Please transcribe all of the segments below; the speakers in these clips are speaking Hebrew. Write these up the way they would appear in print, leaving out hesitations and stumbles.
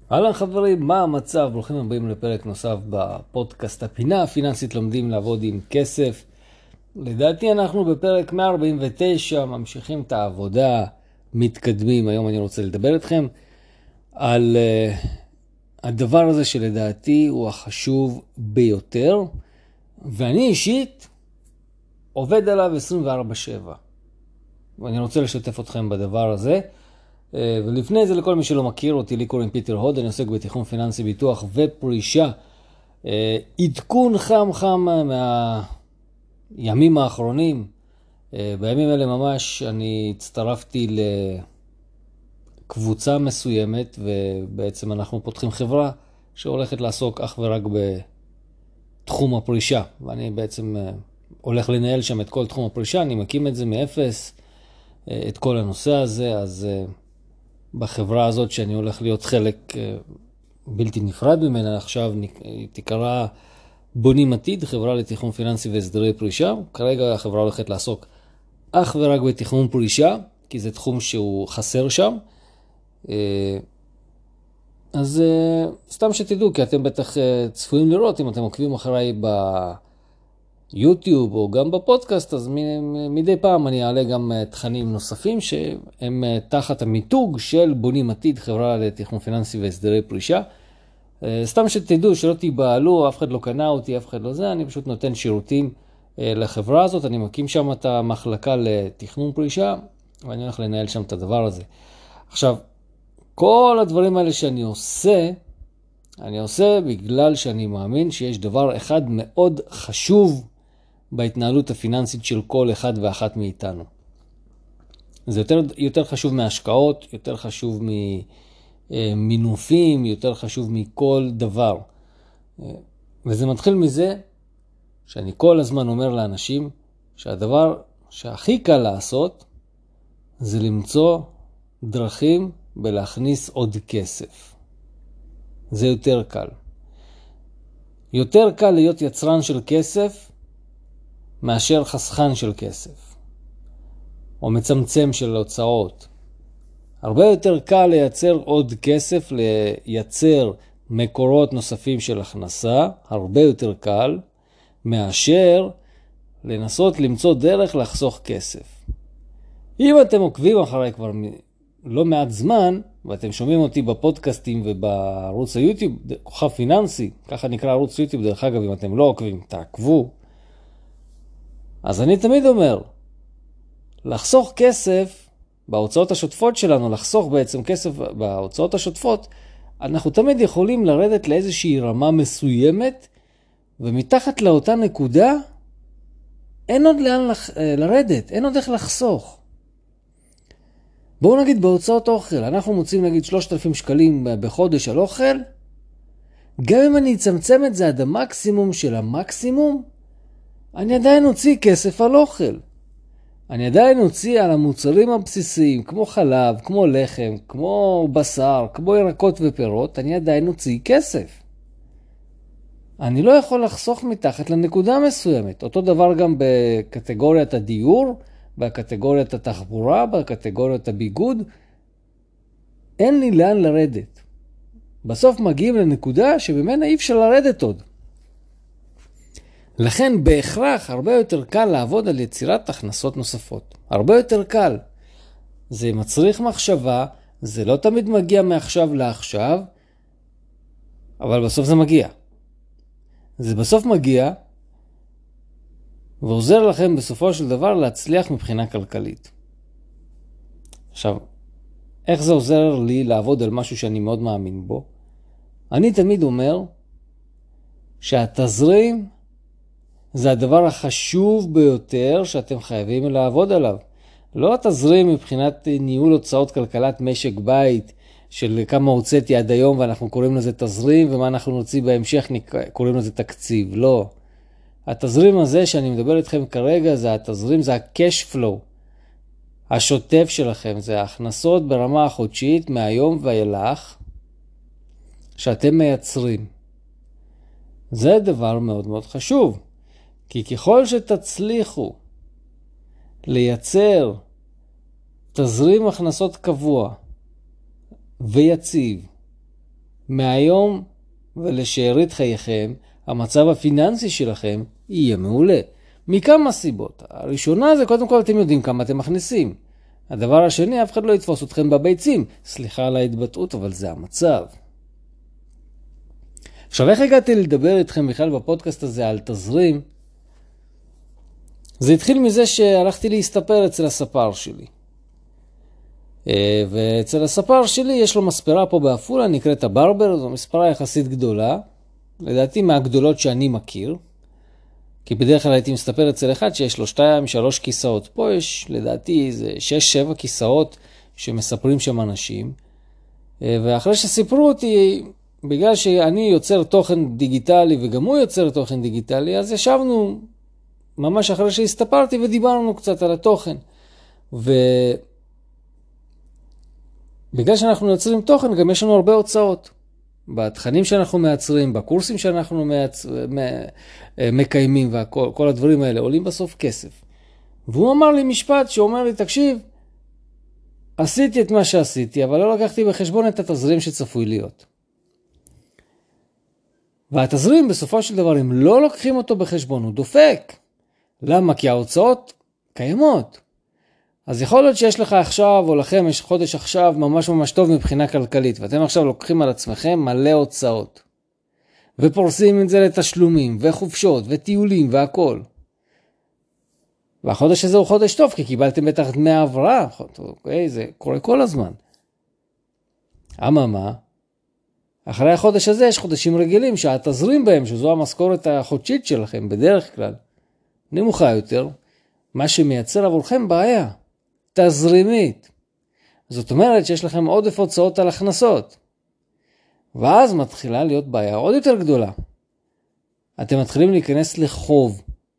אהלן חברים, מה המצב? ברוכים הבאים לפרק נוסף בפודקאסט הפינה הפיננסית לומדים לעבוד עם כסף. לדעתי אנחנו בפרק 149, ממשיכים את העבודה, מתקדמים. היום אני רוצה לדבר איתכם על הדבר הזה שלדעתי הוא החשוב ביותר, ואני אישית עובד עליו 24/7. ואני רוצה לשתף אתכם בדבר הזה. ולפני זה, לכל מי שלא מכיר אותי, לי קוראים פיטר הוד, אני עוסק בתכנון פיננסי, ביטוח ופרישה. עדכון חם מהימים האחרונים. בימים האלה ממש אני הצטרפתי לקבוצה מסוימת, ובעצם אנחנו פותחים חברה שהולכת לעסוק אך ורק בתחום הפרישה. ואני בעצם הולך לנהל שם את כל תחום הפרישה, אני מקים את זה מאפס, את כל הנושא הזה. אז בחברה הזאת שאני הולך להיות חלק בלתי נפרד ממנה עכשיו, תקרא בונים עתיד, חברה לתכנון פיננסי והסדרי פרישה. כרגע החברה הולכת לעסוק אך ורק בתכנון פרישה, כי זה תחום שהוא חסר שם. אז סתם שתדעו, כי אתם בטח צפויים לראות, אם אתם עוקבים אחריי ביוטיוב או גם בפודקאסט, אז מדי פעם אני אעלה גם תכנים נוספים שהם תחת המיתוג של בונים עתיד, חברה לתכנון פיננסי והסדרי פרישה. סתם שתדעו, שלא תיבעלו, אף אחד לא קנה אותי, אף אחד לא זה, אני פשוט נותן שירותים לחברה הזאת, אני מקים שם את המחלקה לתכנון פרישה, ואני הולך לנהל שם את הדבר הזה. עכשיו, כל הדברים האלה שאני עושה, אני עושה בגלל שאני מאמין שיש דבר אחד מאוד חשוב בהתנהלות הפיננסית של כל אחד ואחת מאיתנו. זה יותר חשוב מהשקעות, יותר חשוב ממינופים, יותר חשוב מכל דבר. וזה מתחיל מזה שאני כל הזמן אומר לאנשים שהדבר שהכי קל לעשות זה למצוא דרכים בלהכניס עוד כסף. זה יותר קל. יותר קל להיות יצרן של כסף מאשר חסכן של כסף, או מצמצם של הוצאות. הרבה יותר קל לייצר עוד כסף, לייצר מקורות נוספים של הכנסה, הרבה יותר קל, מאשר לנסות למצוא דרך לחסוך כסף. אם אתם עוקבים אחריי כבר לא מעט זמן, ואתם שומעים אותי בפודקאסטים ובערוץ היוטיוב, כוכב פיננסי, ככה נקרא ערוץ יוטיוב, דרך אגב, אם אתם לא עוקבים, תעקבו. אז אני תמיד אומר, לחסוך כסף בהוצאות השוטפות שלנו, לחסוך בעצם כסף בהוצאות השוטפות, אנחנו תמיד יכולים לרדת לאיזושהי רמה מסוימת, ומתחת לאותה נקודה, אין עוד לאן לרדת, אין עוד איך לחסוך. בואו נגיד בהוצאות אוכל, אנחנו מוצאים נגיד 3,000 שקלים בחודש על אוכל, גם אם אני אצמצם את זה עד המקסימום של המקסימום, אני עדיין אוציא כסף על אוכל. אני עדיין אוציא על המוצרים הבסיסיים, כמו חלב, כמו לחם, כמו בשר, כמו ירקות ופירות, אני עדיין אוציא כסף. אני לא יכול לחסוך מתחת לנקודה מסוימת. אותו דבר גם בקטגוריית הדיור, בקטגוריית התחבורה, בקטגוריית הביגוד. אין לי לאן לרדת. בסוף מגיעים לנקודה שבמנה אי אפשר לרדת עוד. לכן בהכרח הרבה יותר קל לעבוד על יצירת הכנסות נוספות. הרבה יותר קל. זה מצריך מחשבה, זה לא תמיד מגיע מעכשיו לעכשיו, אבל בסוף זה מגיע. זה בסוף מגיע, ועוזר לכם בסופו של דבר להצליח מבחינה כלכלית. עכשיו, איך זה עוזר לי לעבוד על משהו שאני מאוד מאמין בו? אני תמיד אומר שהתזרים זה הדבר החשוב ביותר שאתם חייבים לעבוד עליו. לא התזרים מבחינת ניהול הוצאות כלכלת משק בית, של כמה הוצאתי עד היום ואנחנו קוראים לזה תזרים, ומה אנחנו נוציא בהמשך קוראים לזה תקציב. לא. התזרים הזה שאני מדבר איתכם כרגע, זה התזרים, זה ה-cash flow. השוטף שלכם, זה ההכנסות ברמה החודשית מהיום ואילך שאתם מייצרים. זה דבר מאוד מאוד חשוב. כי ככל שתצליחו לייצר תזרים הכנסות קבוע ויציב, מהיום ולשארית חייכם, המצב הפיננסי שלכם יהיה מעולה. מכמה סיבות. הראשונה זה קודם כל אתם יודעים כמה אתם מכניסים. הדבר השני, אף אחד לא יתפוס אתכם בביצים. סליחה על ההתבטאות, אבל זה המצב. עכשיו, איך הגעתי לדבר איתכם בכלל בפודקאסט הזה על תזרים? זה התחיל מזה שהלכתי להסתפר אצל הספר שלי. ואצל הספר שלי יש לו מספרה פה באפולה, נקראת הברבר, זו מספרה יחסית גדולה. לדעתי מהגדולות שאני מכיר. כי בדרך כלל הייתי מסתפר אצל אחד שיש לו 2-3 כיסאות. פה יש לדעתי איזה 6-7 כיסאות שמספרים שם אנשים. ואחרי שסיפרו אותי, בגלל שאני יוצר תוכן דיגיטלי וגם הוא יוצר תוכן דיגיטלי, אז ישבנו ממש אחרי שהסתפרתי ודיברנו קצת על התוכן. ובגלל שאנחנו יוצרים תוכן, גם יש לנו הרבה הוצאות. בתכנים שאנחנו מייצרים, בקורסים שאנחנו מקיימים וכל הדברים האלה עולים בסוף כסף. והוא אמר לי משפט שאומר לי, תקשיב, עשיתי את מה שעשיתי, אבל לא לקחתי בחשבון את התזרים שצפוי להיות. והתזרים בסופו של דבר, אם לא לוקחים אותו בחשבון, הוא דופק. למה? כי ההוצאות קיימות. אז יכול להיות שיש לך עכשיו, או לכם יש חודש עכשיו ממש ממש טוב מבחינה כלכלית, ואתם עכשיו לוקחים על עצמכם מלא הוצאות. ופורסים את זה לתשלומים, וחופשות, וטיולים, והכל. והחודש הזה הוא חודש טוב, כי קיבלתם בטח דמי הבראה. אוקיי, זה קורה כל הזמן. אממה, אחרי החודש הזה יש חודשים רגילים שהתזרים בהם, שזו המשכורת החודשית שלכם בדרך כלל, נמוכה יותר, מה שמייצר עבורכם בעיה. תזרימית. זאת אומרת שיש לכם עודף הוצאות על הכנסות. ואז מתחילה להיות בעיה עוד יותר גדולה. אתם מתחילים להיכנס לחוב.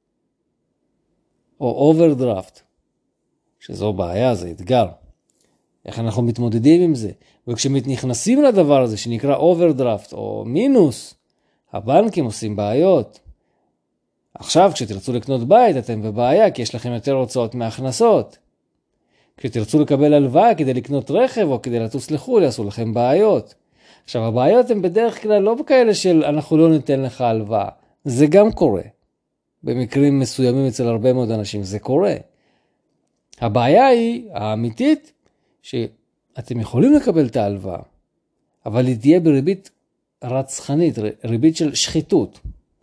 או אוברדרפט. שזו בעיה, זה אתגר. איך אנחנו מתמודדים עם זה? וכשמתנכנסים לדבר הזה שנקרא אוברדרפט או מינוס, הבנקים עושים בעיות. עכשיו כשתרצו לקנות בית אתם בבעיה כי יש לכם יותר הוצאות מהכנסות. כשתרצו לקבל הלוואה כדי לקנות רכב או כדי לטוס לחו"ל, יעשו לכם בעיות. עכשיו, הבעיות הן בדרך כלל לא כאלה של אנחנו לא ניתן לך הלוואה. זה גם קורה. במקרים מסוימים אצל הרבה מאוד אנשים זה קורה. הבעיה היא האמיתית שאתם יכולים לקבל את ההלוואה, אבל היא תהיה בריבית רצחנית, ריבית של שחיתות.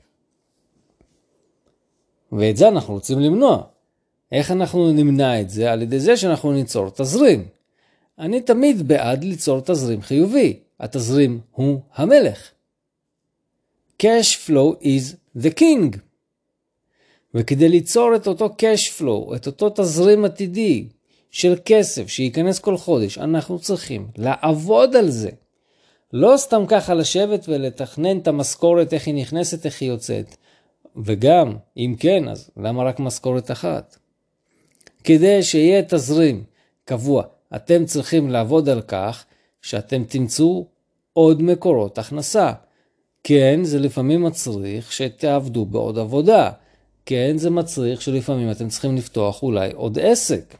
ואת זה אנחנו רוצים למנוע. איך אנחנו נמנע את זה? על ידי זה שאנחנו ניצור תזרים. אני תמיד בעד ליצור תזרים חיובי. התזרים הוא המלך. Cash flow is the king. וכדי ליצור את אותו cash flow, את אותו תזרים עתידי של כסף שייכנס כל חודש, אנחנו צריכים לעבוד על זה. לא סתם ככה לשבת ולתכנן את המשכורת, איך היא נכנסת, איך היא יוצאת. וגם, אם כן, אז למה רק משכורת אחת? כדי שיהיה תזרים קבוע, אתם צריכים לעבוד על כך שאתם תמצאו עוד מקורות הכנסה. כן, זה לפעמים מצריך שתעבדו בעוד עבודה. כן, זה מצריך שלפעמים אתם צריכים לפתוח אולי עוד עסק.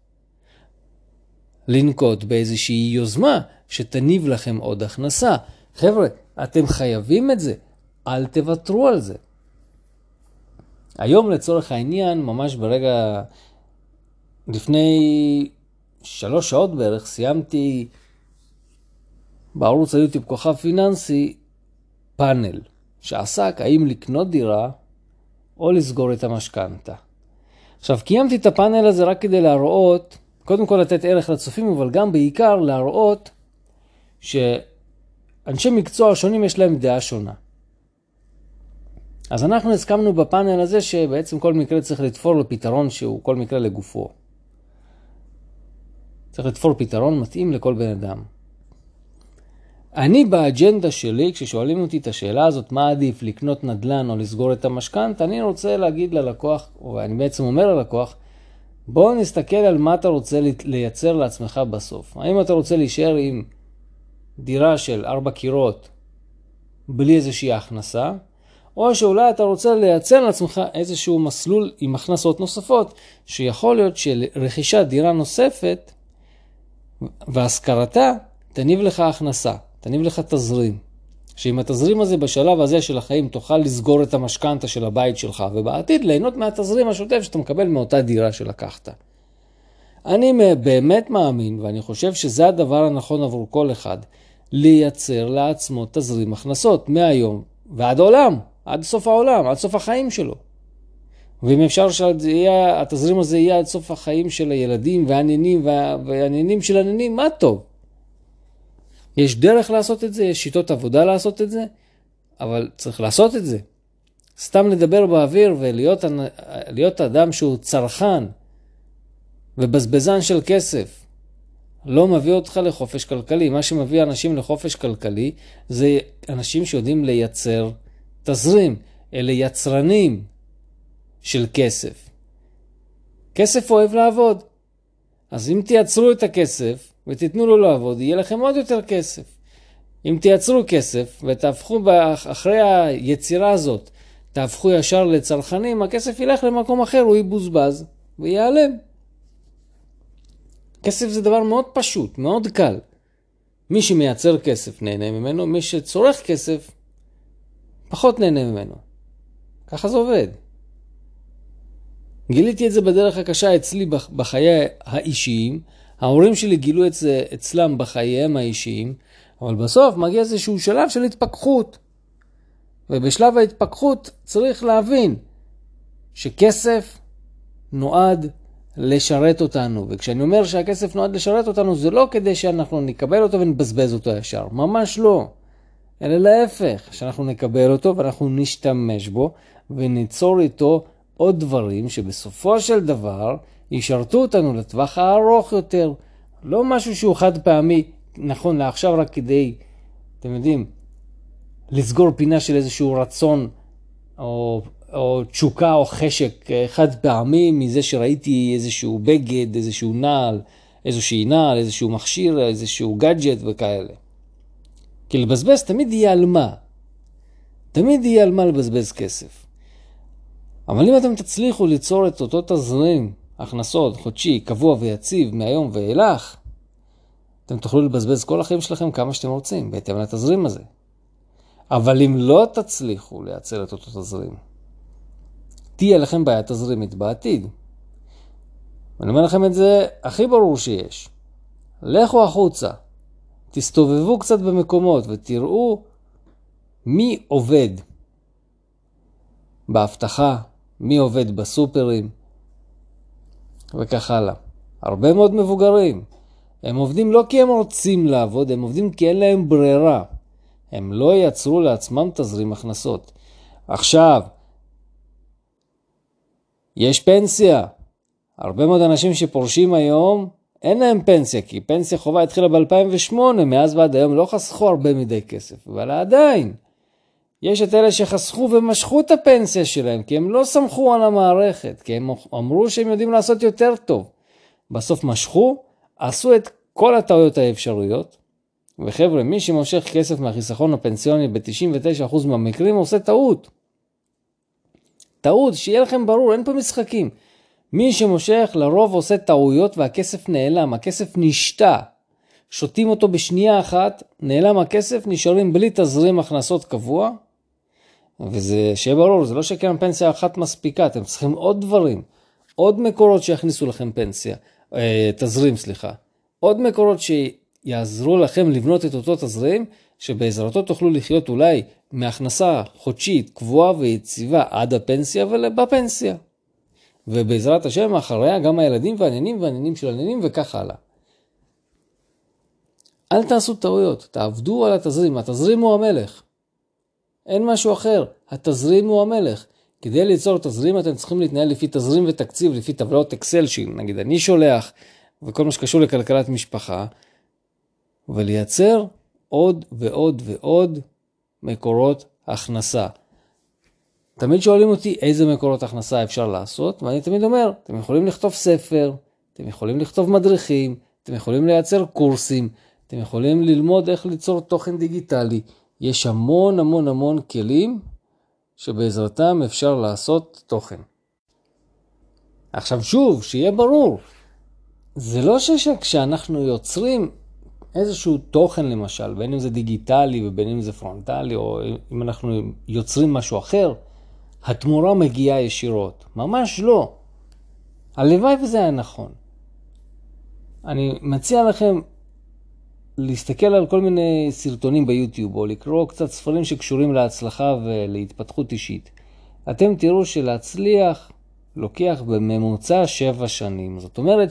לנקוט באיזושהי יוזמה שתניב לכם עוד הכנסה. חבר'ה, אתם חייבים את זה. אל תוותרו על זה. היום לצורך העניין, ממש ברגע, לפני 3 שעות בערך, סיימתי בערוץ היוטיוב כוכב פיננסי פאנל, שעסק האם לקנות דירה או לסגור את המשכנתה. עכשיו, קיימתי את הפאנל הזה רק כדי להראות, קודם כל לתת ערך לצופים, אבל גם בעיקר להראות שאנשי מקצוע שונים יש להם דעה שונה. אז אנחנו הסכמנו בפאנל הזה שבעצם כל מקרה צריך לתפור לפתרון שהוא כל מקרה לגופו. צריך לתפור פתרון מתאים לכל בן אדם. אני באג'נדה שלי, כששואלים אותי את השאלה הזאת, מה עדיף לקנות נדל"ן או לסגור את המשכנתה, אני רוצה להגיד ללקוח, או אני בעצם אומר ללקוח, בוא נסתכל על מה אתה רוצה לייצר לעצמך בסוף. האם אתה רוצה להישאר עם דירה של 4 קירות בלי איזושהי הכנסה, או שאולי אתה רוצה לייצר לעצמך איזשהו מסלול עם הכנסות נוספות, שיכול להיות שלרכישת דירה נוספת והשכרתה תניב לך הכנסה. תניב לך תזרים. שעם התזרים הזה בשלב הזה של החיים תוכל לסגור את המשכנתה של הבית שלך, ובעתיד ליהנות מהתזרים השוטף שאתה מקבל מאותה דירה שלקחת. אני באמת מאמין, ואני חושב שזה הדבר הנכון עבור כל אחד, לייצר לעצמו תזרים הכנסות מהיום ועד העולם, עד סוף העולם, עד סוף החיים שלו. ואם אפשר שהתזרים הזה יהיה עד סוף החיים של הילדים והעניינים של העניינים, מה טוב. יש דרך לעשות את זה, יש שיטות עבודה לעשות את זה, אבל צריך לעשות את זה. סתם לדבר באוויר ולהיות אדם שהוא צרכן ובזבזן של כסף, לא מביא אותך לחופש כלכלי. מה שמביא אנשים לחופש כלכלי זה אנשים שיודעים לייצר תזרים, אלה יצרנים של כסף. כסף אוהב לעבוד. אז אם תייצרו את הכסף ותיתנו לו לעבוד, יהיה לכם עוד יותר כסף. אם תייצרו כסף ותהפכו אחרי היצירה הזאת, תהפכו ישר לצרכנים, הכסף ילך למקום אחר, הוא יבוזבז ויעלם. כסף זה דבר מאוד פשוט, מאוד קל. מי שמייצר כסף נהנה ממנו, מי שצורך כסף פחות נהנה ממנו. ככה זה עובד. גיליתי את זה בדרך הקשה אצלי בחיי האישיים. ההורים שלי גילו את זה אצלם בחייהם האישיים, אבל בסוף מגיע איזשהו שלב של התפכחות. ובשלב ההתפכחות צריך להבין שכסף נועד לשרת אותנו. וכשאני אומר שהכסף נועד לשרת אותנו, זה לא כדי שאנחנו נקבל אותו ונבזבז אותו ישר. ממש לא. אלא להפך, שאנחנו נקבל אותו ואנחנו נשתמש בו וניצור איתו עוד דברים שבסופו של דבר ישרתו אותנו לטווח הארוך יותר. לא משהו שהוא חד פעמי, נכון לעכשיו רק כדי, אתם יודעים, לסגור פינה של איזשהו רצון או תשוקה או חשק חד פעמי מזה שראיתי איזשהו בגד, איזשהו נעל, איזשהו מכשיר, איזשהו גאדג'ט וכאלה. כי לבזבז תמיד יהיה על מה. תמיד יהיה על מה לבזבז כסף. אבל אם אתם תצליחו ליצור את אותו תזרים, הכנסות, חודשי, קבוע ויציב מהיום ואילך, אתם תוכלו לבזבז כל החיים שלכם כמה שאתם רוצים, בהתאם לתזרים הזה. אבל אם לא תצליחו לייצר את אותו תזרים, תהיה לכם בעיה תזרימית בעתיד. ואני אומר לכם את זה הכי ברור שיש. לכו החוצה, תסתובבו קצת במקומות ותראו מי עובד בהבטחה, מי עובד בסופרים וכך הלאה. הרבה מאוד מבוגרים. הם עובדים לא כי הם רוצים לעבוד, הם עובדים כי אין להם ברירה. הם לא ייצרו לעצמם תזרים הכנסות. עכשיו, יש פנסיה. הרבה מאוד אנשים שפורשים היום, אין להם פנסיה, כי פנסיה חובה התחילה ב-2008, מאז ועד היום לא חסכו הרבה מדי כסף, אבל עדיין. יש את אלה שחסכו ומשכו את הפנסיה שלהם, כי הם לא סמכו על המערכת, כי הם אמרו שהם יודעים לעשות יותר טוב. בסוף משכו, עשו את כל הטעויות האפשריות, וחבר'ה, מי שמושך כסף מהחיסכון הפנסיוני ב-99% מהמקרים עושה טעות. טעות, שיהיה לכם ברור, אין פה משחקים. מי שמושך לרוב עושה טעויות והכסף נעלם, הכסף נשתה. שותים אותו בשנייה אחת, נעלם הכסף, נשארים בלי תזרים הכנסות קבוע, וזה שיהיה ברור, זה לא שקרן פנסיה אחת מספיקה, אתם צריכים עוד דברים, עוד מקורות שיכניסו לכם תזרים. עוד מקורות שיעזרו לכם לבנות את אותו תזרים, שבעזרתו תוכלו לחיות אולי מהכנסה חודשית קבועה ויציבה עד הפנסיה ובפנסיה. ובעזרת השם אחריה גם הילדים והעניינים של העניינים וכך הלאה. אל תעשו טעויות, תעבדו על התזרים. התזרים הוא המלך. אין משהו אחר. התזרים הוא המלך. כדי ליצור תזרים אתם צריכים להתנהל לפי תזרים ותקציב, לפי טבלאות אקסל שנגיד אני שולח, וכל מה שקשור לכלכלת משפחה, ולייצר עוד ועוד ועוד מקורות הכנסה. תמיד שואלים אותי איזה מקורות הכנסה אפשר לעשות, ואני תמיד אומר, אתם יכולים לכתוב ספר, אתם יכולים לכתוב מדריכים, אתם יכולים לייצר קורסים, אתם יכולים ללמוד איך ליצור תוכן דיגיטלי. יש המון כלים שבעזרתם אפשר לעשות תוכן. עכשיו שוב, שיהיה ברור, זה לא שכשאנחנו יוצרים איזשהו תוכן למשל, בין אם זה דיגיטלי ובין אם זה פרונטלי, או אם אנחנו יוצרים משהו אחר, התמורה מגיעה ישירות. ממש לא. הלוואי וזה היה נכון. אני מציע לכם להסתכל על כל מיני סרטונים ביוטיוב, או לקרוא קצת ספרים שקשורים להצלחה ולהתפתחות אישית. אתם תראו שלהצליח לוקח בממוצע 7 שנים. זאת אומרת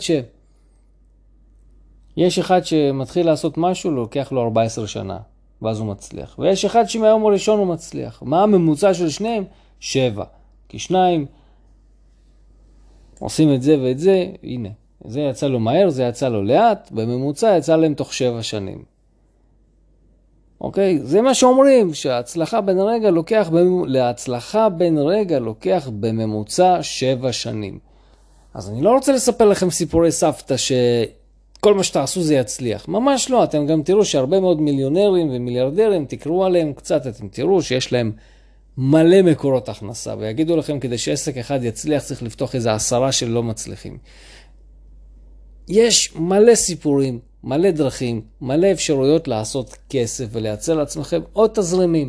יש אחד שמתחיל לעשות משהו, לוקח לו 14 שנה, ואז הוא מצליח. ויש אחד שמהיום הראשון הוא מצליח. מה הממוצע של שניהם? 7. כי שניים עושים את זה ואת זה, הנה. זה יצא לו מהר, זה יצא לו לאט, בממוצע יצא להם תוך 7 שנים. אוקיי? זה מה שאומרים, שההצלחה בין רגע להצלחה בין רגע לוקח בממוצע 7 שנים. אז אני לא רוצה לספר לכם סיפורי סבתא שכל מה שתעשו זה יצליח. ממש לא, אתם גם תראו שהרבה מאוד מיליונרים ומיליארדרים, תקראו עליהם קצת, אתם תראו שיש להם מלא מקורות הכנסה, ויגידו לכם כדי שעסק אחד יצליח צריך לפתוח איזה 10 שלא מצליחים. יש מלא סיפורים, מלא דרכים, מלא אפשרויות לעשות כסף ולייצר לעצמכם עוד תזרימים.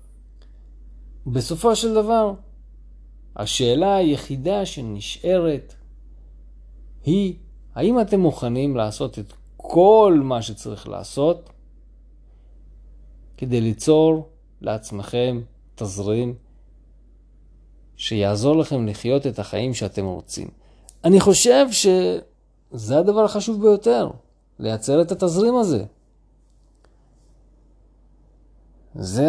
בסופו של דבר, השאלה היחידה שנשארת היא, האם אתם מוכנים לעשות את כל מה שצריך לעשות כדי ליצור לעצמכם תזרים שיעזור לכם לחיות את החיים שאתם רוצים. אני חושב שזה הדבר החשוב ביותר, לייצר את התזרים הזה. זה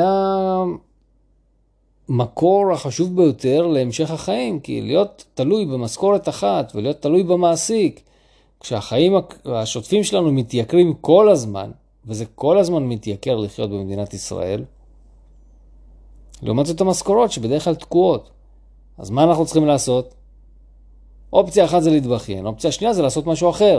המקור החשוב ביותר להמשך החיים, כי להיות תלוי במשכורת אחת ולהיות תלוי במעסיק, כשהחיים השוטפים שלנו מתייקרים כל הזמן, וזה כל הזמן מתייקר לחיות במדינת ישראל, לעומת זאת המשכורות שבדרך כלל תקועות. אז מה אנחנו צריכים לעשות? אופציה אחת זה להתבכיין, אופציה שנייה זה לעשות משהו אחר.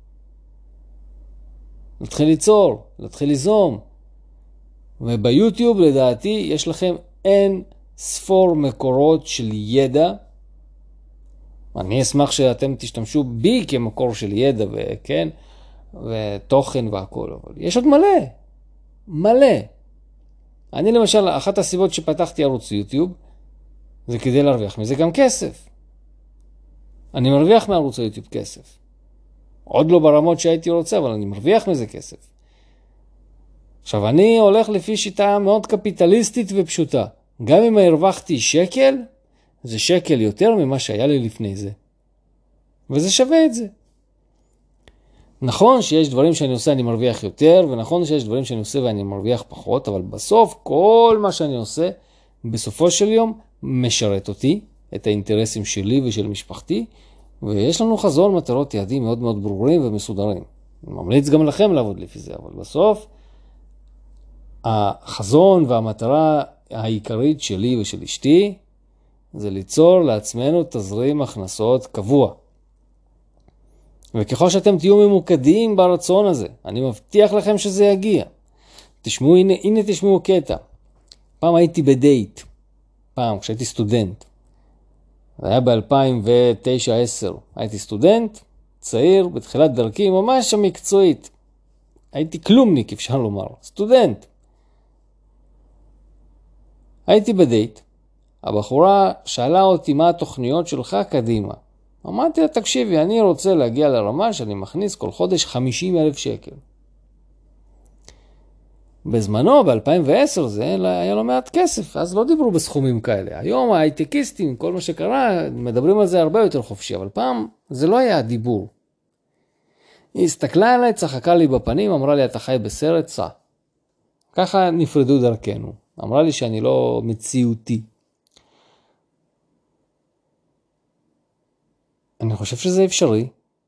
להתחיל ליצור, להתחיל ליזום. וביוטיוב לדעתי יש לכם אין ספור מקורות של ידע. אני אשמח שאתם תשתמשו בי כמקור של ידע וכן, ותוכן והכל. אבל יש עוד מלא. אני למשל, אחת הסיבות שפתחתי ערוץ יוטיוב, זה כדי להרוויח מזה גם כסף. אני מרוויח מערוץ היוטיוב כסף. עוד לא ברמות שהייתי רוצה, אבל אני מרוויח מזה כסף. עכשיו, אני הולך לפי שיטה מאוד קפיטליסטית ופשוטה. גם אם הרווחתי שקל, זה שקל יותר ממה שהיה לי לפני זה. וזה שווה את זה. נכון שיש דברים שאני עושה אני מרוויח יותר, ונכון שיש דברים שאני עושה ואני מרוויח פחות, אבל בסוף כל מה שאני עושה, בסופו של יום, משרת אותי, את האינטרסים שלי ושל משפחתי, ויש לנו חזון, מטרות, יעדים מאוד מאוד ברורים ומסודרים. אני ממליץ גם לכם לעבוד לפי זה, אבל בסוף, החזון והמטרה העיקרית שלי ושל אשתי, זה ליצור לעצמנו תזרים הכנסות קבוע. וככל שאתם תהיו ממוקדים ברצון הזה, אני מבטיח לכם שזה יגיע. תשמעו, הנה תשמעו קטע. פעם הייתי בדייט, כשהייתי סטודנט. זה היה ב-2009-10. הייתי סטודנט, צעיר, בתחילת דרכי, ממש המקצועית. הייתי כלומניק, אפשר לומר. סטודנט. הייתי בדייט. הבחורה שאלה אותי מה התוכניות שלך קדימה. אמרתי לה, תקשיבי, אני רוצה להגיע לרמה שאני מכניס כל חודש 50,000 שקל. בזמנו, ב-2010, זה היה לא מעט כסף, אז לא דיברו בסכומים כאלה. היום ההייטקיסטים, כל מה שקרה, מדברים על זה הרבה יותר חופשי, אבל פעם זה לא היה הדיבור. היא הסתכלה עליי, צחקה לי בפנים, אמרה לי, אתה חי בסרט, סע. ככה נפרדו דרכנו. אמרה לי שאני לא מציאותי. אני חושב שזה אפשרי.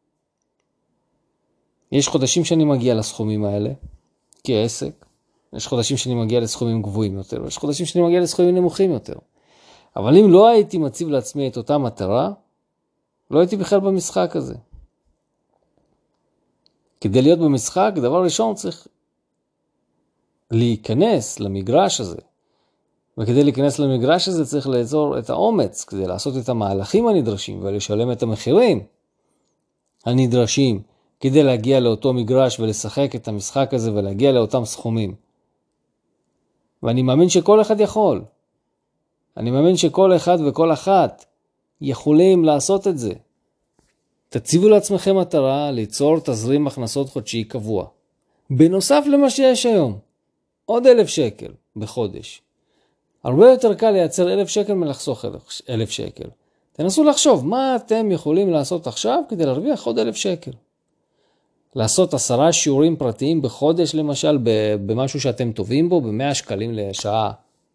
יש חודשים שאני מגיע לסכומים האלה, כעסק. יש חודשים שאני מגיע לסכומים גבוהים יותר, יש חודשים שאני מגיע לסכומים נמוכים יותר. אבל אם לא הייתי מציב לעצמי את אותה מטרה, לא הייתי בכלל במשחק הזה. כדי להיות במשחק, דבר ראשון צריך להיכנס למגרש הזה. וכדי להיכנס למגרש הזה צריך ליצור את האומץ, כדי לעשות את המהלכים הנדרשים ולשלם את המחירים הנדרשים, כדי להגיע לאותו מגרש ולשחק את המשחק הזה ולהגיע לאותם סכומים. ואני מאמין שכל אחד יכול. אני מאמין שכל אחד וכל אחת יכולים לעשות את זה. תציבו לעצמכם מטרה ליצור תזרים הכנסות חודשי קבוע. בנוסף למה שיש היום, עוד 1,000 שקל בחודש. הרבה יותר קל לייצר 1,000 שקל מלחסוך 1,000 שקל. תנסו לחשוב מה אתם יכולים לעשות עכשיו כדי להרוויח עוד 1,000 שקל. לעשות 10 שיעורים פרטיים בחודש למשל במשהו שאתם טובים בו ב100 שקלים לשעה.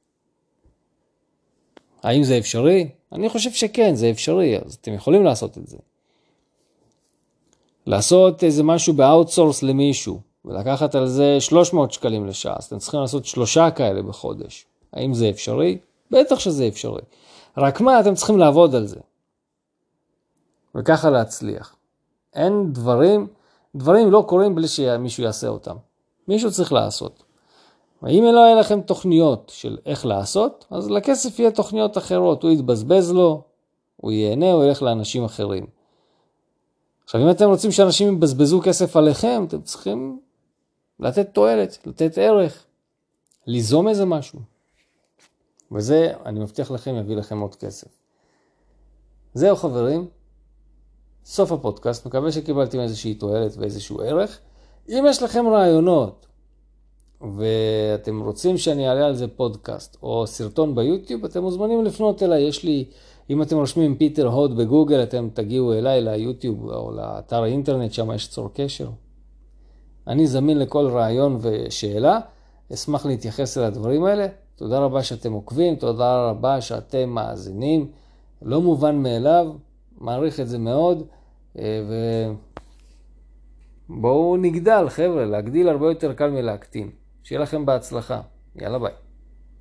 האם זה אפשרי? אני חושב שכן, זה אפשרי, אז אתם יכולים לעשות את זה. לעשות איזה משהו באוטסורס למישהו, ולקחת על זה 300 שקלים לשעה, אז אתם צריכים לעשות 3 כאלה בחודש. האם זה אפשרי? בטח שזה אפשרי. רק מה, אתם צריכים לעבוד על זה. וככה להצליח. אין דברים לא קורים בלי שמישהו יעשה אותם. מישהו צריך לעשות. ואם לא יהיה לכם תוכניות של איך לעשות, אז לכסף יהיה תוכניות אחרות. הוא יתבזבז לו, הוא ייהנה, הוא ילך לאנשים אחרים. עכשיו, אם אתם רוצים שאנשים יבזבזו כסף עליכם, אתם צריכים לתת תועלת, לתת ערך, ליזום איזה משהו. וזה, אני מבטיח לכם, יביא לכם עוד כסף. זהו חברים, סוף הפודקאסט. מקווה שקיבלתם איזושהי תועלת ואיזשהו ערך. אם יש לכם רעיונות, ואתם רוצים שאני אעלה על זה פודקאסט או סרטון ביוטיוב, אתם מוזמנים לפנות אליי. יש לי, אם אתם רושמים פיטר הוד בגוגל, אתם תגיעו אליי ליוטיוב או לאתר האינטרנט, שם יש צור קשר. אני זמין לכל רעיון ושאלה, אשמח להתייחס אל הדברים האלה. תודה רבה שאתם עוקבים, תודה רבה שאתם מאזינים. לא מובן מאליו, מעריך את זה מאוד, ובואו נגדל חבר'ה, להגדיל הרבה יותר קל מלהקטין. שיהיה לכם בהצלחה. יאללה ביי.